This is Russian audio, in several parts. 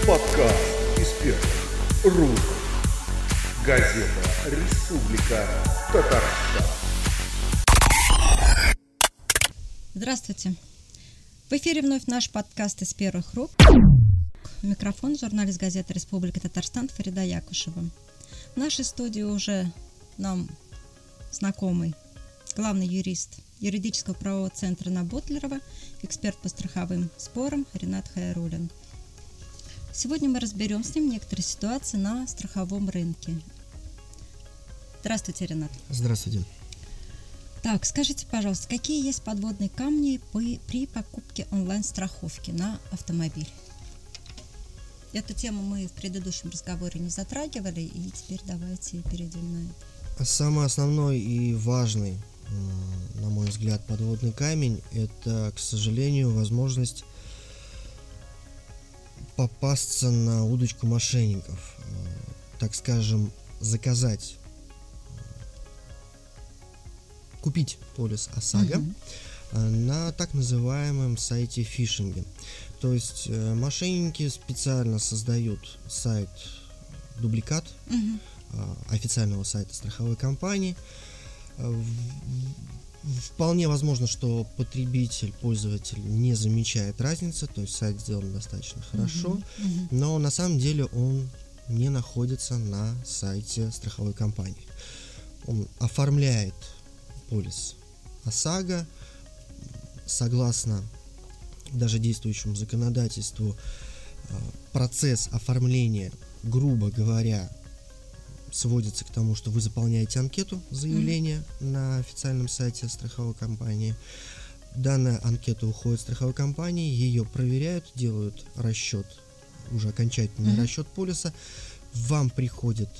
Подкаст из первых рук. Газета «Республика Татарстан». Здравствуйте. В эфире вновь наш подкаст из первых рук. Микрофон журналист газеты «Республика Татарстан» Фарида Якушева. В нашей студии уже нам знакомый главный юрист юридического правового центра на Бутлерова, эксперт по страховым спорам Ренат Хайруллин. Сегодня мы разберем с ним некоторые ситуации на страховом рынке. Здравствуйте, Ренат. Здравствуйте. Так, скажите, пожалуйста, какие есть подводные камни при покупке онлайн-страховки на автомобиль? Эту тему мы в предыдущем разговоре не затрагивали, и теперь давайте перейдем на это. Самый основной и важный, на мой взгляд, подводный камень – это, к сожалению, возможность попасться на удочку мошенников, так скажем, купить полис ОСАГО на так называемом сайте фишинге. То есть мошенники специально создают сайт-дубликат официального сайта страховой компании. Вполне возможно, что потребитель, пользователь не замечает разницы, то есть сайт сделан достаточно хорошо, но на самом деле он не находится на сайте страховой компании. Он оформляет полис ОСАГО согласно даже действующему законодательству. Процесс оформления, грубо говоря, сводится к тому, что вы заполняете анкету заявления на официальном сайте страховой компании. Данная анкета уходит в страховой компании, ее проверяют, делают расчет, уже окончательный расчет полиса. Вам приходит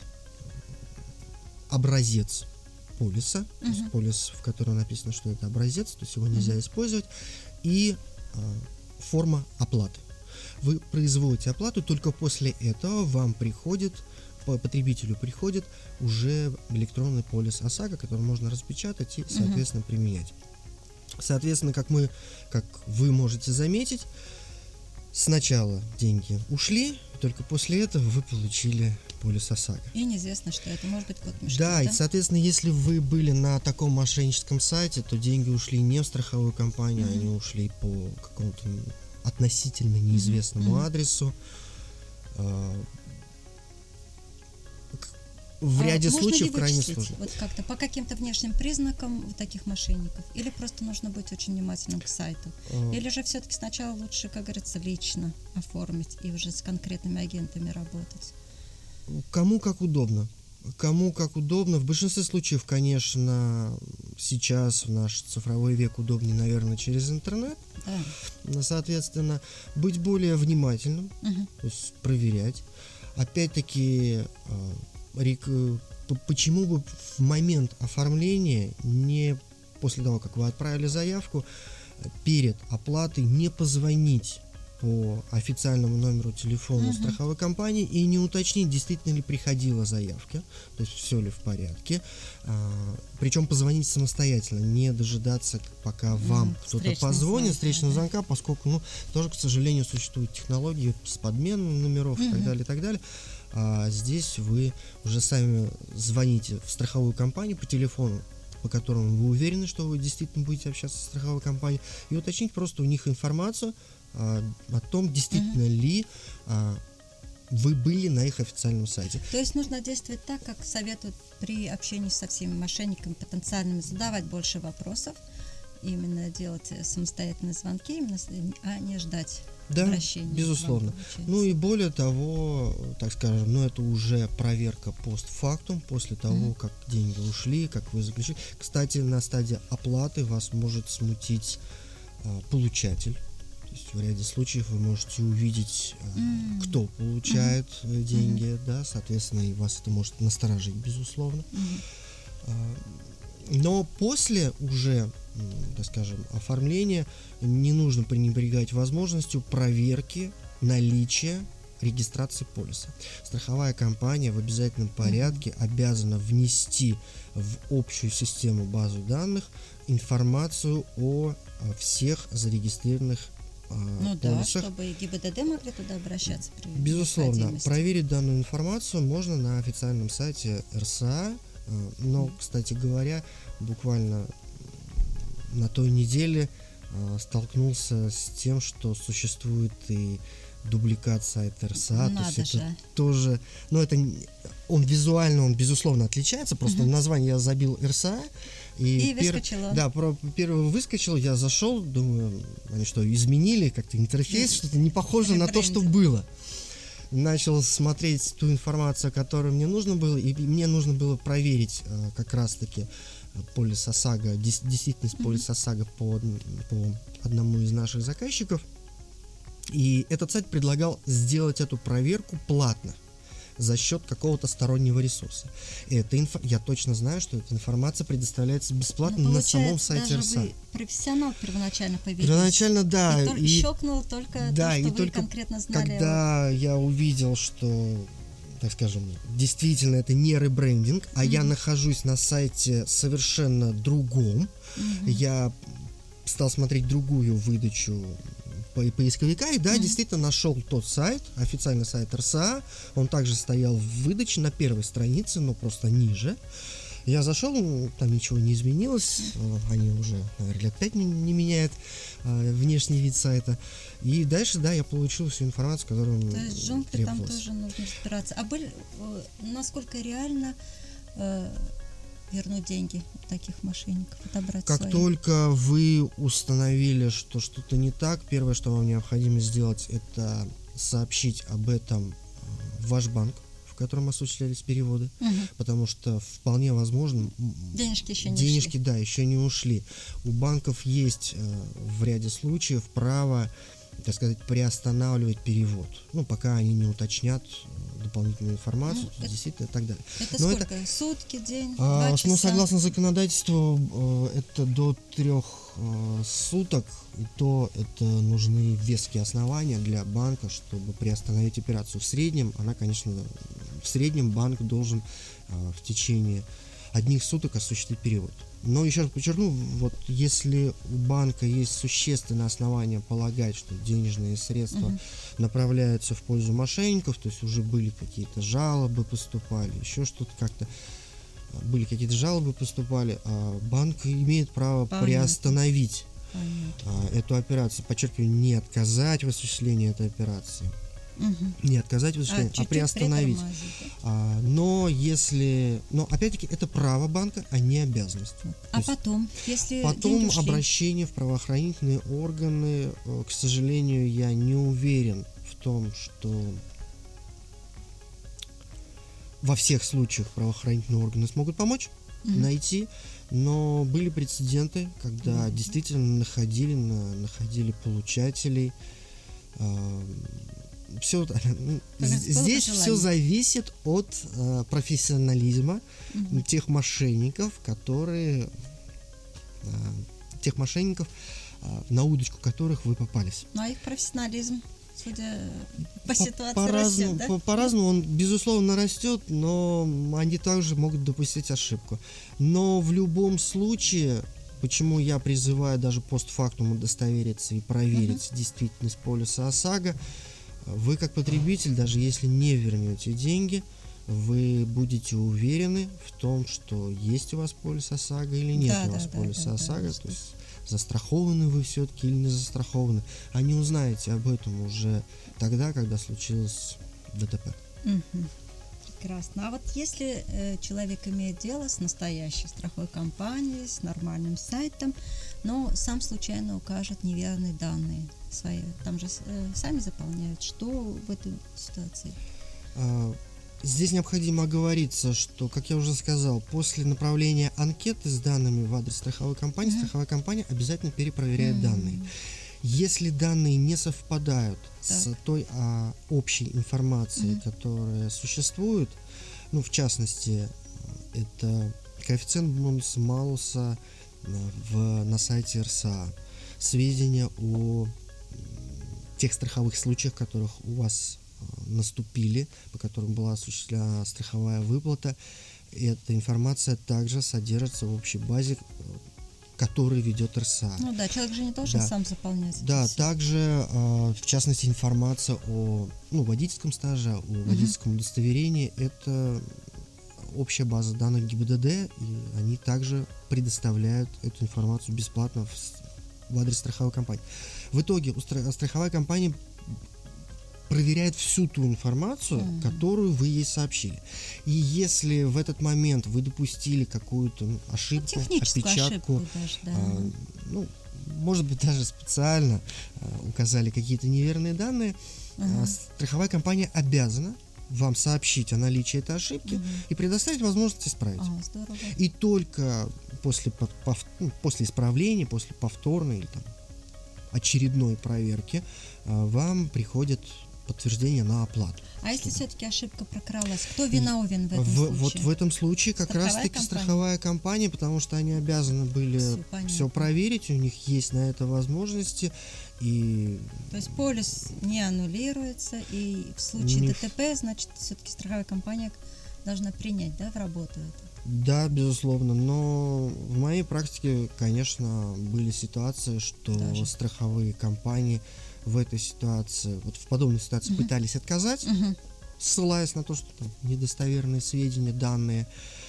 образец полиса, то есть полис, в котором написано, что это образец, то есть его нельзя использовать, и форма оплаты. Вы производите оплату, только после этого вам потребителю приходит уже электронный полис ОСАГО, который можно распечатать и, соответственно, применять. Соответственно, как вы можете заметить, сначала деньги ушли, только после этого вы получили полис ОСАГО. И неизвестно, что это может быть код мешки. Да, и, соответственно, если вы были на таком мошенническом сайте, то деньги ушли не в страховую компанию, они ушли по какому-то относительно неизвестному адресу. В ряде случаев крайне сложно. Вот как-то по каким-то внешним признакам таких мошенников? Или просто нужно быть очень внимательным к сайту? Или же все-таки сначала лучше, как говорится, лично оформить и уже с конкретными агентами работать? Кому как удобно. Кому как удобно. В большинстве случаев, конечно, сейчас в наш цифровой век удобнее, наверное, через интернет. Да. Соответственно, быть более внимательным, то есть проверять. Опять-таки, почему бы в момент оформления, не после того, как вы отправили заявку, перед оплатой не позвонить по официальному номеру телефона страховой компании и не уточнить, действительно ли приходила заявка, то есть все ли в порядке. Причем позвонить самостоятельно, не дожидаться, пока вам кто-то позвонит, встречного звонка, поскольку, тоже, к сожалению, существуют технологии с подменой номеров и так далее, и так далее. А здесь вы уже сами звоните в страховую компанию по телефону, по которому вы уверены, что вы действительно будете общаться с страховой компанией, и уточнить просто у них информацию о том, действительно ли вы были на их официальном сайте. То есть нужно действовать так, как советуют при общении со всеми мошенниками потенциальными, задавать больше вопросов, именно делать самостоятельные звонки, а не ждать. Да, безусловно. И более того, так скажем, это уже проверка постфактум, после того, как деньги ушли, как вы заключили. Кстати, на стадии оплаты вас может смутить получатель. То есть в ряде случаев вы можете увидеть, кто получает деньги, да, соответственно, и вас это может насторожить, безусловно. Но после уже, так скажем, оформления не нужно пренебрегать возможностью проверки наличия регистрации полиса. Страховая компания в обязательном порядке обязана внести в общую систему базу данных информацию о всех зарегистрированных Ну да, полисах. чтобы и ГИБДД могли туда обращаться при Безусловно, необходимости. проверить данную информацию можно на официальном сайте РСА. Но, кстати говоря, буквально на той неделе столкнулся с тем, что существует и дубликат сайта РСА. Надо то есть же. это тоже, ну это он визуально, он безусловно отличается, просто название я забил РСА. И выскочило. Да, первый выскочил, я зашел, думаю, они что, изменили как-то интерфейс, что-то не похоже на то, что было. Начал смотреть ту информацию, которую мне нужно было, и мне нужно было проверить как раз-таки полис ОСАГО, действительность полиса ОСАГО по одному из наших заказчиков. И этот сайт предлагал сделать эту проверку платно за счет какого-то стороннего ресурса. Я точно знаю, что эта информация предоставляется бесплатно на самом сайте даже РСА. Вы профессионал первоначально появились. Первоначально, да. И щелкнул только да, то, что и вы только конкретно знали. когда я увидел, что, так скажем, действительно это не ребрендинг, а я нахожусь на сайте совершенно другом, я стал смотреть другую выдачу поисковика, и да, действительно нашел тот сайт, официальный сайт РСА, он также стоял в выдаче на первой странице, но просто ниже. Я зашел, там ничего не изменилось, они уже, наверное, лет 5 не меняют внешний вид сайта. И дальше, да, я получил всю информацию, которую То есть с джунглей там требовалось. тоже нужно разбираться. А насколько реально вернуть деньги у таких мошенников, отобрать Как свои? только вы установили, что что-то не так, первое, что вам необходимо сделать, это сообщить об этом в ваш банк, в котором осуществлялись переводы, потому что вполне возможно Денежки еще не денежки, ушли. да, еще не ушли. У банков есть в ряде случаев право, так сказать, приостанавливать перевод, ну, пока они не уточнят дополнительную информацию, действительно и так далее. Это Но сколько? Сутки, день, 2 часа? Ну, согласно законодательству, это до 3 суток, и то это нужны веские основания для банка, чтобы приостановить операцию. В среднем, в среднем банк должен в течение 1 суток осуществить перевод. Но еще раз подчеркну, вот если у банка есть существенное основание полагать, что денежные средства направляются в пользу мошенников, то есть уже были какие-то жалобы поступали, еще что-то как-то были какие-то жалобы поступали, банк имеет право приостановить эту операцию. Подчеркиваю, не отказать в осуществлении этой операции. Не отказать в осуществлении, а приостановить. Но опять-таки это право банка, а не обязанность. А потом, если потом деньги ушли? обращение в правоохранительные органы, к сожалению, я не уверен в том, что во всех случаях правоохранительные органы смогут помочь найти, но были прецеденты, когда действительно находили получателей. Здесь все зависит от профессионализма тех мошенников, на удочку которых вы попались. Ну, а их профессионализм, судя по ситуации, растет, да? По-разному он, безусловно, растет, но они также могут допустить ошибку. Но в любом случае, почему я призываю даже постфактум удостовериться и проверить действительность полиса ОСАГО, вы как потребитель, даже если не вернете деньги, вы будете уверены в том, что есть у вас полис ОСАГО или нет у вас полиса ОСАГО, то есть застрахованы вы все-таки или не застрахованы, а не узнаете об этом уже тогда, когда случилось ДТП. Прекрасно. А вот если человек имеет дело с настоящей страховой компанией, с нормальным сайтом, но сам случайно укажет неверные данные свои, там же сами заполняют, что в этой ситуации? Здесь необходимо оговориться, что, как я уже сказал, после направления анкеты с данными в адрес страховой компании, страховая компания обязательно перепроверяет данные. Если данные не совпадают с той общей информацией, которая существует, ну, в частности, это коэффициент бонуса-малуса на сайте РСА, сведения о тех страховых случаях, которых у вас наступили, по которым была осуществлена страховая выплата. Эта информация также содержится в общей базе который ведет РСА. Ну да, человек же не должен Да. сам заполнять. это Да, всё. также, в частности, информация о водительском стаже, о водительском удостоверении. Это общая база данных ГИБДД, и они также предоставляют эту информацию бесплатно в адрес страховой компании. В итоге страховая компания проверяет всю ту информацию, которую вы ей сообщили. И если в этот момент вы допустили какую-то ошибку, Техническую опечатку, ошибку даже, да. может быть, даже специально указали какие-то неверные данные, страховая компания обязана вам сообщить о наличии этой ошибки и предоставить возможность исправить. Здорово. И только после исправления, после повторной или там очередной проверки вам приходит подтверждение на оплату. А если все-таки ошибка прокралась, кто виновен в этом случае? Вот в этом случае как Страховая раз-таки компания? страховая компания, потому что они обязаны были Всё понятно. все проверить, у них есть на это возможности, и То есть полис не аннулируется, и в случае Не- ДТП, значит, все-таки страховая компания должна принять, да, в работу это? да, безусловно, но в моей практике, конечно, были ситуации, что Даже. страховые компании в этой ситуации, вот в подобной ситуации пытались отказать, ссылаясь на то, что там недостоверные сведения, данные,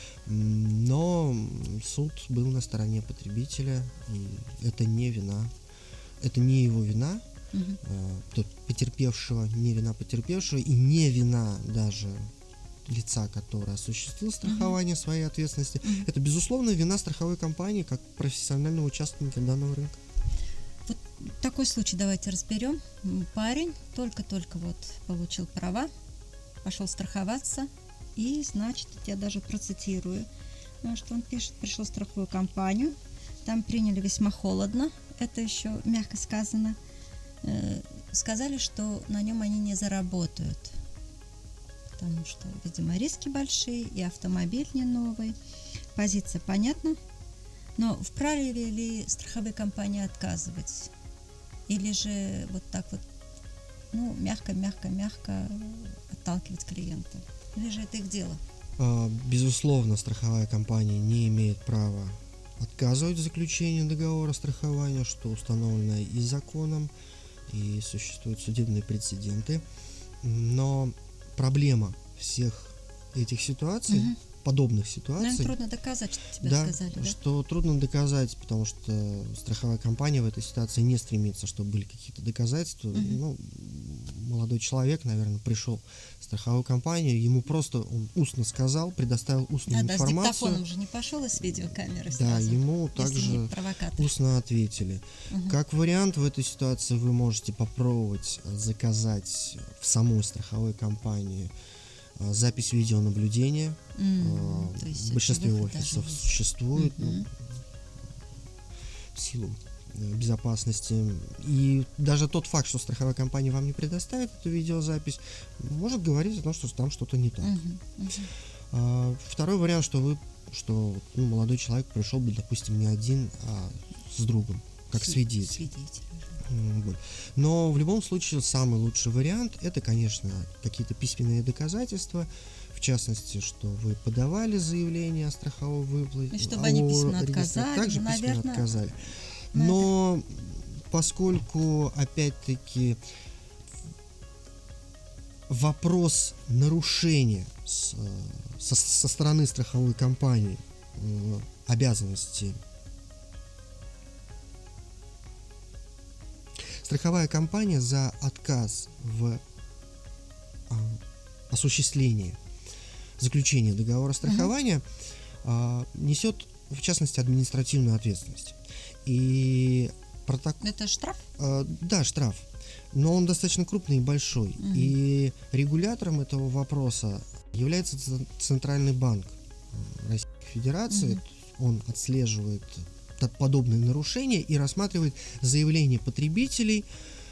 но суд был на стороне потребителя, и это не вина, это не его вина, тот потерпевшего, не вина потерпевшего, и не вина даже лица, который осуществил страхование своей ответственности. Это, безусловно, вина страховой компании как профессионального участника данного рынка. Вот такой случай давайте разберем. Парень только-только вот получил права, пошел страховаться, и, значит, я даже процитирую, что он пишет: пришел в страховую компанию, там приняли весьма холодно, это еще мягко сказано, сказали, что на нем они не заработают, потому что, видимо, риски большие, и автомобиль не новый, позиция понятна, но вправе ли страховые компании отказывать? Или же вот так вот, мягко отталкивать клиента? Или же это их дело? Безусловно, страховая компания не имеет права отказывать в заключении договора страхования, что установлено и законом, и существуют судебные прецеденты. Но проблема всех этих ситуаций, подобных ситуаций, Наверное, трудно доказать, что тебе да, сказали, да? что трудно доказать, потому что страховая компания в этой ситуации не стремится, чтобы были какие-то доказательства. Молодой человек, наверное, пришел в страховую компанию, ему просто он устно сказал, предоставил устную Да, с информацию. диктофоном же не пошел из видеокамеры Да, сразу, ему если также не провокатор. устно ответили. Как вариант, в этой ситуации вы можете попробовать заказать в самой страховой компании запись видеонаблюдения. То есть В большинстве выход даже офисов есть. существует в силу безопасности. И даже тот факт, что страховая компания вам не предоставит эту видеозапись, может говорить о том, что там что-то не так. Второй вариант, что молодой человек пришел бы, допустим, не один, а с другом, как свидетель. Вот. Но в любом случае самый лучший вариант — это, конечно, какие-то письменные доказательства, в частности, что вы подавали заявление о страховой выплате, И чтобы они письменно отказали, также ну, письменно наверное, отказали. Но поскольку, опять-таки, вопрос нарушения со стороны страховой компании обязанностей, страховая компания за отказ в осуществлении заключения договора страхования несет, в частности, административную ответственность. И Это штраф? Да, штраф. Но он достаточно крупный и большой. И регулятором этого вопроса является Центральный банк Российской Федерации. Он отслеживает подобные нарушения и рассматривает заявления потребителей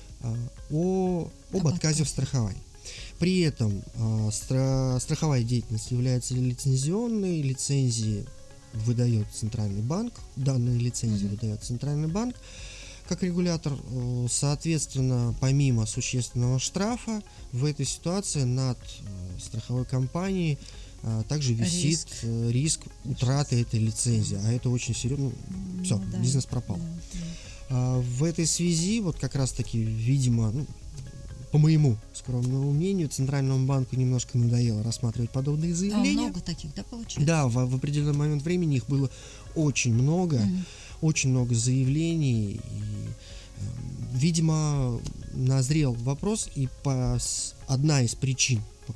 об отказе в страховании. При этом страховая деятельность является лицензионной, лицензии выдает Центральный банк, данные лицензии выдает Центральный банк как регулятор. Соответственно, помимо существенного штрафа, в этой ситуации над страховой компанией также висит риск утраты этой лицензии, а это очень серьезно. Все, да, бизнес пропал. В этой связи, вот как раз-таки, видимо, по моему скромному мнению, Центральному банку немножко надоело рассматривать подобные заявления. Много таких, да, получается? Да, в определенный момент времени их было очень много, очень много заявлений. И, видимо, назрел вопрос, и одна из причин, по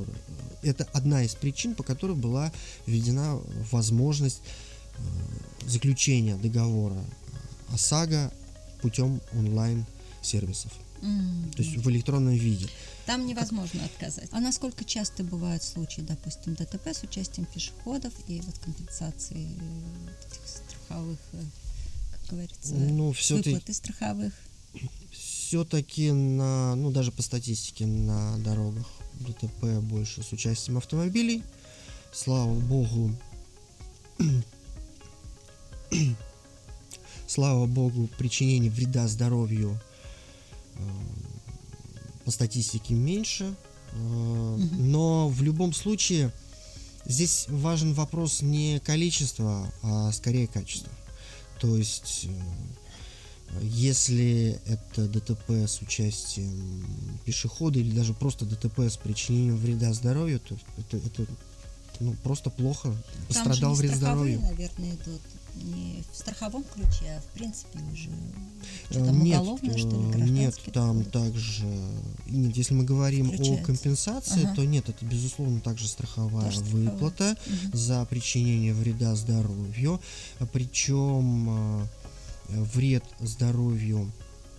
которой была введена возможность заключения договора ОСАГО путем онлайн-сервисов. То есть в электронном виде. Там невозможно отказать. А насколько часто бывают случаи, допустим, ДТП с участием пешеходов и вот компенсации этих страховых, как говорится, выплаты страховых? Все-таки даже по статистике на дорогах ДТП больше с участием автомобилей. Слава богу, причинение вреда здоровью по статистике меньше, но в любом случае здесь важен вопрос не количества, а скорее качества. То есть, если это ДТП с участием пешехода или даже просто ДТП с причинением вреда здоровью, то это просто плохо. Пострадал вред здоровью. Наверное, идут не в страховом ключе, а в принципе уже там уголовное, что ли, гражданское? Нет, там также... Нет, если мы говорим о компенсации, то нет, это, безусловно, также страховая выплата за причинение вреда здоровью. Причем вред здоровью,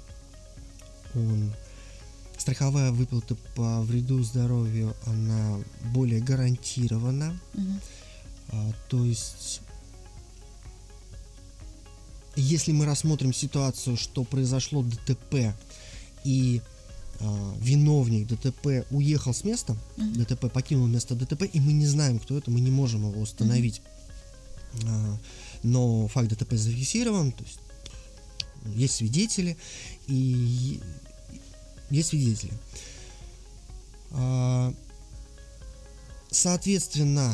страховая выплата по вреду здоровью, она более гарантирована. То есть, если мы рассмотрим ситуацию, что произошло ДТП, и виновник ДТП уехал с места, ДТП покинул место ДТП, и мы не знаем, кто это, мы не можем его установить. Но факт ДТП зафиксирован, то есть свидетели, и есть свидетели. Соответственно,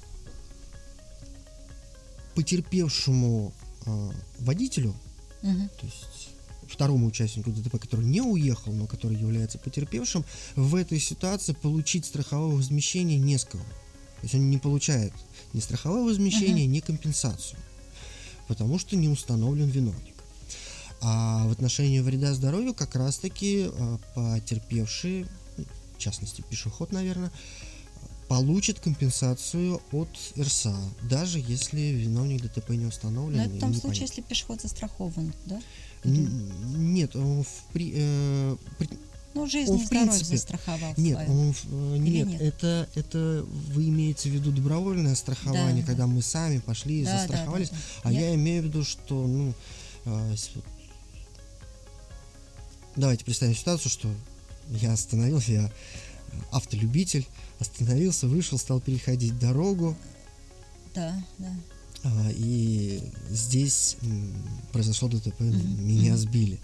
потерпевшему водителю, то есть второму участнику ДТП, который не уехал, но который является потерпевшим, в этой ситуации получить страховое возмещение не с кого. То есть он не получает ни страховое возмещение, ни компенсацию, потому что не установлен виновник. А в отношении вреда здоровью как раз-таки потерпевший, в частности пешеход, наверное, получит компенсацию от РСА, даже если виновник ДТП не установлен. Но это в том случае, если пешеход застрахован, да? Нет, жизнь и здоровье застраховал. Нет, это вы имеете в виду добровольное страхование, когда мы сами пошли и застраховались, я имею в виду, что давайте представим ситуацию, что я остановился, я автолюбитель, остановился, вышел, стал переходить дорогу. И здесь произошло ДТП, меня сбили.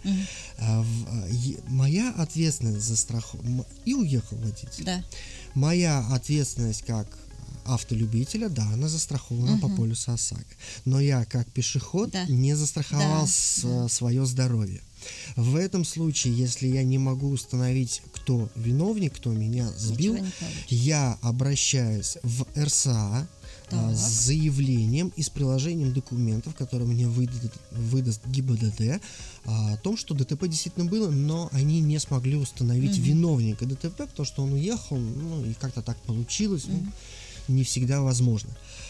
Моя ответственность за страховку... И уехал водитель. Моя ответственность как автолюбителя, она застрахована по полюсу ОСАГО. Но я, как пешеход, не застраховал свое здоровье. В этом случае, если я не могу установить, кто виновник, кто меня сбил, я обращаюсь в РСА с заявлением и с приложением документов, которые мне выдаст ГИБДД, о том, что ДТП действительно было, но они не смогли установить виновника ДТП, потому что он уехал, и как-то так получилось, не всегда возможно.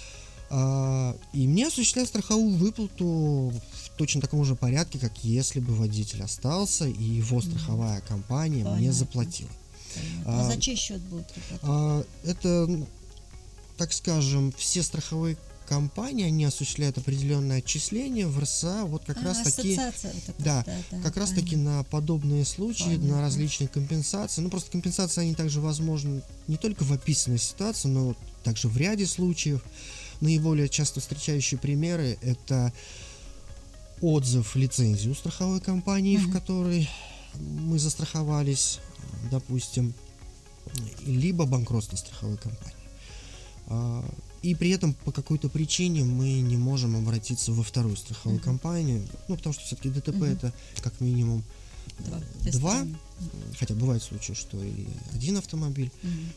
И мне осуществляют страховую выплату в точно таком же порядке, как если бы водитель остался и его страховая компания мне заплатила. За чей счет будет? Это, так скажем, все страховые компании, они осуществляют определенное отчисление в РСА, вот как раз таки, как раз таки на подобные случаи, на различные компенсации. Просто компенсации, они также возможны не только в описанной ситуации, но также в ряде случаев. Наиболее часто встречающие примеры — это отзыв лицензии у страховой компании, в которой мы застраховались, допустим, либо банкротство страховой компании. И при этом по какой-то причине мы не можем обратиться во вторую страховую компанию, потому что все-таки ДТП это как минимум два, хотя бывают случаи, что и один автомобиль.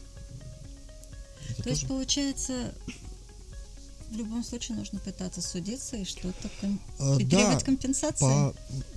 То есть получается, в любом случае нужно пытаться судиться и что-то и требовать компенсации.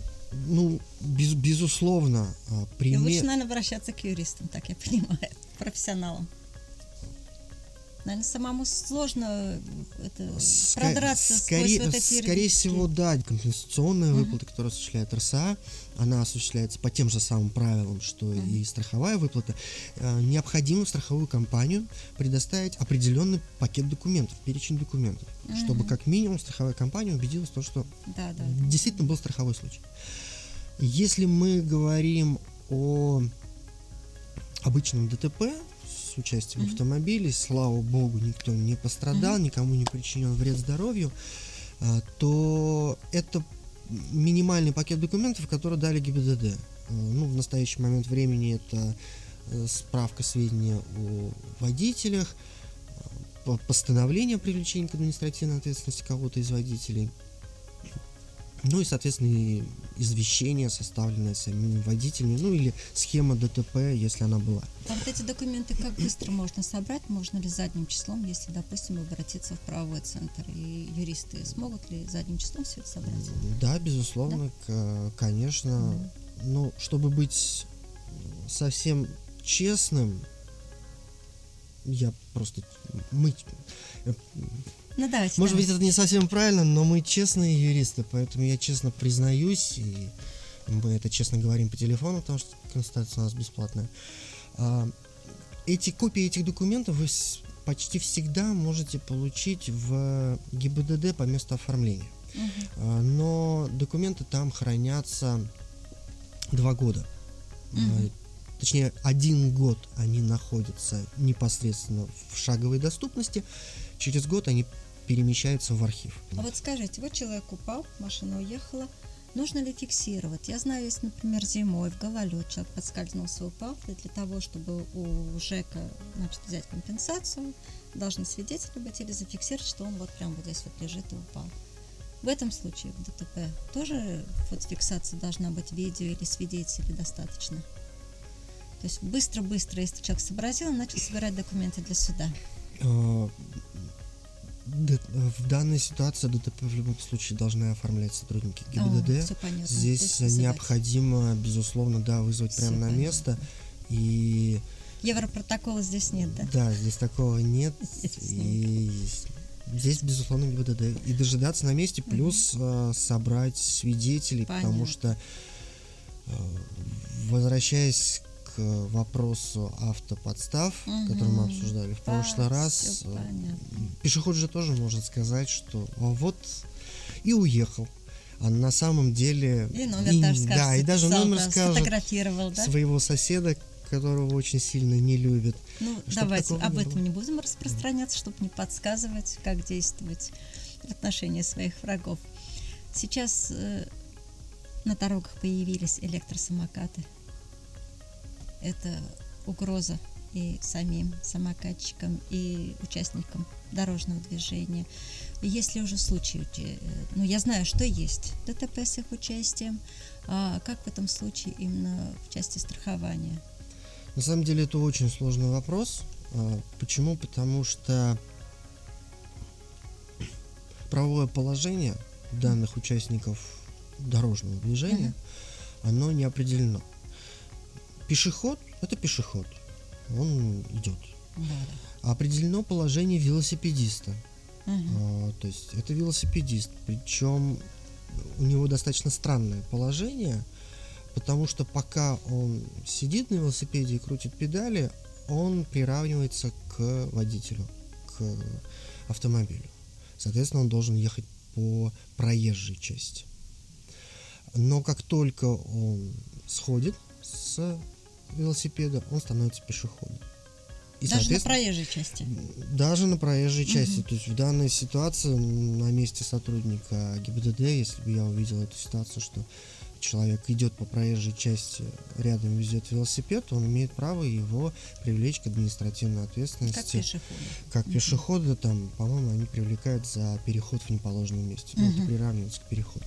Безусловно. И лучше, наверное, обращаться к юристам, так я понимаю, профессионалам. Наверное, самому сложно продраться сквозь вот эти Скорее всего, да, компенсационная выплата, которую осуществляет РСА, она осуществляется по тем же самым правилам, что и страховая выплата. Необходимо в страховую компанию предоставить определенный пакет документов, перечень документов, чтобы как минимум страховая компания убедилась в том, что действительно был страховой случай. Если мы говорим о обычном ДТП с участием автомобилей, слава богу, никто не пострадал, никому не причинен вред здоровью, то это минимальный пакет документов, который дали ГИБДД. В настоящий момент времени это справка, сведения о водителях, постановление о привлечении к административной ответственности кого-то из водителей, и, соответственно, извещение, составленное самими водителями, или схема ДТП, если она была. А вот эти документы как быстро можно собрать? Можно ли задним числом, если, допустим, обратиться в правовой центр? И юристы смогут ли задним числом все это собрать? Да, безусловно, конечно. Чтобы быть совсем честным, давайте. Может быть, это не совсем правильно, но мы честные юристы, поэтому я честно признаюсь, и мы это честно говорим по телефону, потому что консультация у нас бесплатная. Копии этих документов вы почти всегда можете получить в ГИБДД по месту оформления. Но документы там хранятся 2 года. Точнее, 1 год они находятся непосредственно в шаговой доступности, через год они перемещаются в архив. А вот скажите, человек упал, машина уехала, нужно ли фиксировать? Я знаю, если, например, зимой в гололед человек подскользнулся и упал, то для того, чтобы у ЖЭКа взять компенсацию, должны свидетели быть или зафиксировать, что он прямо здесь лежит и упал. В этом случае в ДТП тоже фотофиксация должна быть, видео или свидетелей достаточно? То есть быстро-быстро, если человек сообразил, он начал собирать документы для суда. В данной ситуации ДТП в любом случае должны оформлять сотрудники ГИБДД. Здесь необходимо, безусловно, вызвать прямо на место. И Европротокола здесь нет, да? Да, здесь такого нет. И здесь, безусловно, ГИБДД. И дожидаться на месте, плюс собрать свидетелей, потому что, возвращаясь к вопросу автоподстав, который мы обсуждали в прошлый раз, пешеход же тоже может сказать, что и уехал. А на самом деле... И номер даже скажет, и даже номер скажет сфотографировал, да? Своего соседа, которого очень сильно не любит. Давайте об этом не будем распространяться, чтобы не подсказывать, как действовать в отношении своих врагов. Сейчас на дорогах появились электросамокаты. Это угроза и самим самокатчикам, и участникам дорожного движения. И если уже случаи, я знаю, что есть ДТП с их участием, а как в этом случае именно в части страхования? На самом деле это очень сложный вопрос. Почему? Потому что правовое положение данных участников дорожного движения, оно не определено. Пешеход – это пешеход, он идет. Определено положение велосипедиста. То есть это велосипедист, причем у него достаточно странное положение, потому что пока он сидит на велосипеде и крутит педали, он приравнивается к водителю, к автомобилю. Соответственно, он должен ехать по проезжей части. Но как только он сходит с велосипеда, он становится пешеходом. И, даже на проезжей части? Даже на проезжей части. То есть в данной ситуации на месте сотрудника ГИБДД, если бы я увидел эту ситуацию, что человек идет по проезжей части, рядом везет велосипед, он имеет право его привлечь к административной ответственности. Как пешеходы. Как пешеходы, там, по-моему, они привлекают за переход в неположенном месте. Это приравнивается к переходу.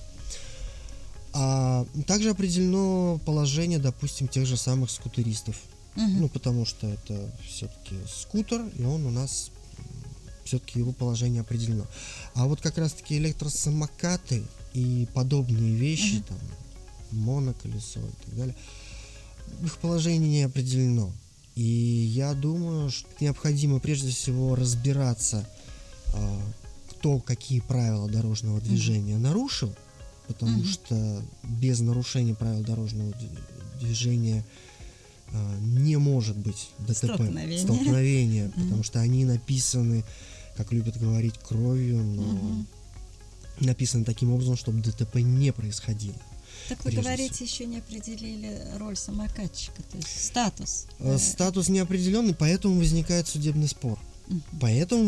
А также определено положение, допустим, тех же самых скутеристов. Потому что это все-таки скутер, и он у нас все-таки его положение определено. А вот как раз-таки электросамокаты и подобные вещи, там, моноколесо и так далее, их положение не определено. И я думаю, что необходимо прежде всего разбираться, кто какие правила дорожного движения нарушил, потому что без нарушения правил дорожного движения не может быть ДТП, столкновения, потому что они написаны, как любят говорить, кровью, но написаны таким образом, чтобы ДТП не происходило. Так вы говорите, еще не определили роль самокатчика, то есть статус. Статус неопределенный, поэтому возникает судебный спор. Поэтому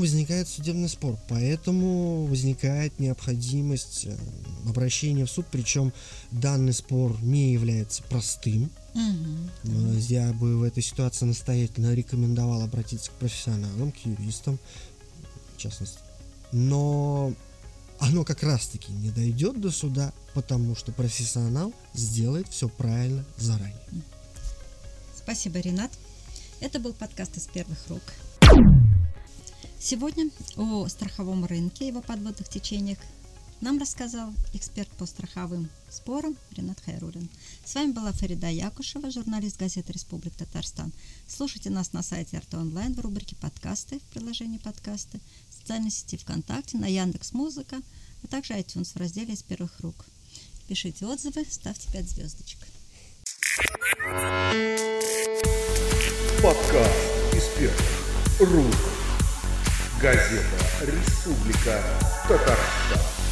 возникает необходимость обращения в суд, причем данный спор не является простым. Я бы в этой ситуации настоятельно рекомендовал обратиться к профессионалам, к юристам, в частности. Но оно как раз-таки не дойдет до суда, потому что профессионал сделает все правильно заранее. Спасибо, Ренат. Это был подкаст «Из первых рук». Сегодня о страховом рынке и его подводных течениях нам рассказал эксперт по страховым спорам Ренат Хайруллин. С вами была Фарида Якушева, журналист газеты «Республика Татарстан». Слушайте нас на сайте РТ Онлайн в рубрике «Подкасты» в приложении «Подкасты», в социальной сети ВКонтакте, на Яндекс.Музыка, а также iTunes в разделе «Из первых рук». Пишите отзывы, ставьте 5 звездочек. Подкаст «Из первых рук». Газета «Республика Татарстан».